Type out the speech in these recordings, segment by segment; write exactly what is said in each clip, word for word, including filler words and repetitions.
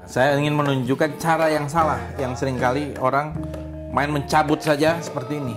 Saya ingin menunjukkan cara yang salah, yang seringkali orang main mencabut saja seperti ini.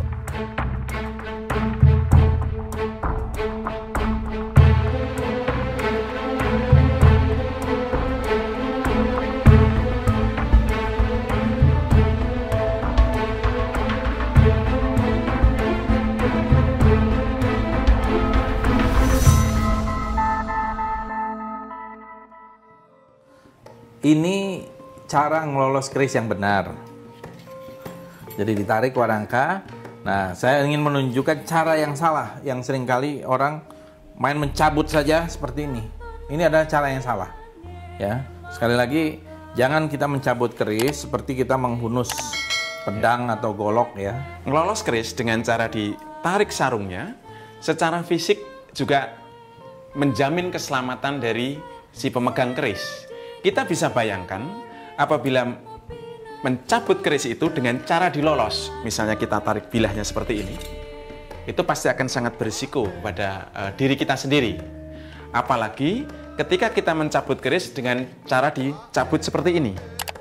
Ini cara ngelolos keris yang benar. Jadi ditarik warangka. Nah, saya ingin menunjukkan cara yang salah, yang seringkali orang main mencabut saja seperti ini. Ini adalah cara yang salah. Ya, sekali lagi, jangan kita mencabut keris seperti kita menghunus pedang atau golok ya. Ngelolos keris dengan cara ditarik sarungnya, secara fisik juga menjamin keselamatan dari si pemegang keris. Kita bisa bayangkan apabila mencabut keris itu dengan cara dilolos, misalnya kita tarik bilahnya seperti ini, itu pasti akan sangat berisiko pada uh, diri kita sendiri. Apalagi ketika kita mencabut keris dengan cara dicabut seperti ini.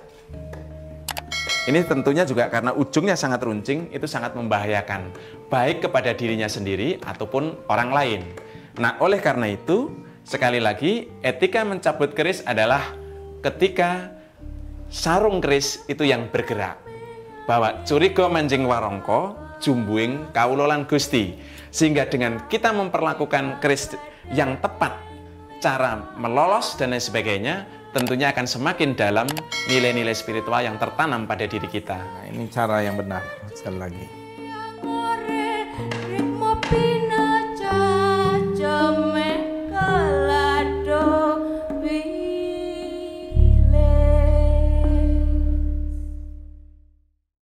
Ini tentunya juga karena ujungnya sangat runcing, itu sangat membahayakan, baik kepada dirinya sendiri ataupun orang lain. Nah, oleh karena itu, sekali lagi, etika mencabut keris adalah ketika sarung keris itu yang bergerak, bahwa curiga manjing warangka jumbuing kawulolan Gusti, sehingga dengan kita memperlakukan keris yang tepat, cara melolos dan lain sebagainya, tentunya akan semakin dalam nilai-nilai spiritual yang tertanam pada diri kita. Nah, ini cara yang benar sekali lagi.